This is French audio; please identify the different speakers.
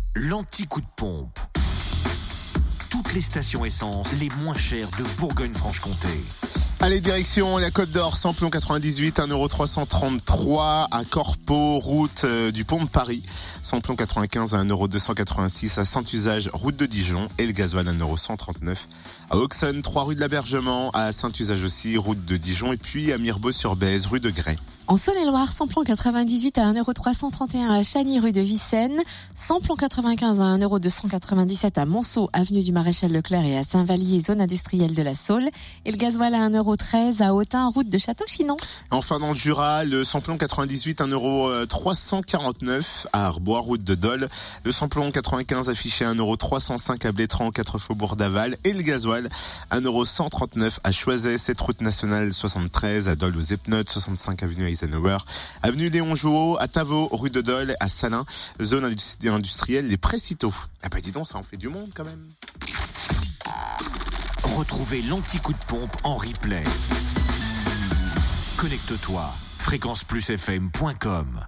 Speaker 1: L'anti-coup de pompe. Toutes les stations essence les moins chères de Bourgogne-Franche-Comté.
Speaker 2: Allez, direction la Côte d'Or, samplon 98, 1,333 € à Corpeau, route du pont de Paris. Samplon 95 à 1,286 € à Saint-Usage, route de Dijon. Et le gasoil 1,139 € à Auxonne, 3 rue de l'Abergement, à Saint-Usage aussi, route de Dijon. Et puis à Mirebeau-sur-Bèze, rue de Grès.
Speaker 3: En Saône-et-Loire, samplon 98 à 1,331 € à Chagny, rue de Vicenne. Samplon 95 à 1,297 € à Monceau, avenue du Maréchal Leclerc et à Saint-Vallier, zone industrielle de la Saule. Et le gasoil à 1,13 € à Autun, route de Château-Chinon.
Speaker 2: Enfin, dans le Jura, le samplon 98, 1,349 € à Arbois, route de Dole. Le samplon 95 affiché à 1,305 € à Blétran, 4 faubourg d'Aval. Et le gasoil, 1,139 € à Choiset, cette route nationale 73, à Dole aux Epnotes, 65 avenue Eisenhower, avenue Léon Jouot, à Tavaux, rue de Dole, à Salins, zone industrielle, les Précitaux. Ah bah dis donc, ça en fait du monde quand même.
Speaker 1: Retrouvez l'anti-coup de pompe en replay. Connecte-toi, fréquenceplusfm.com.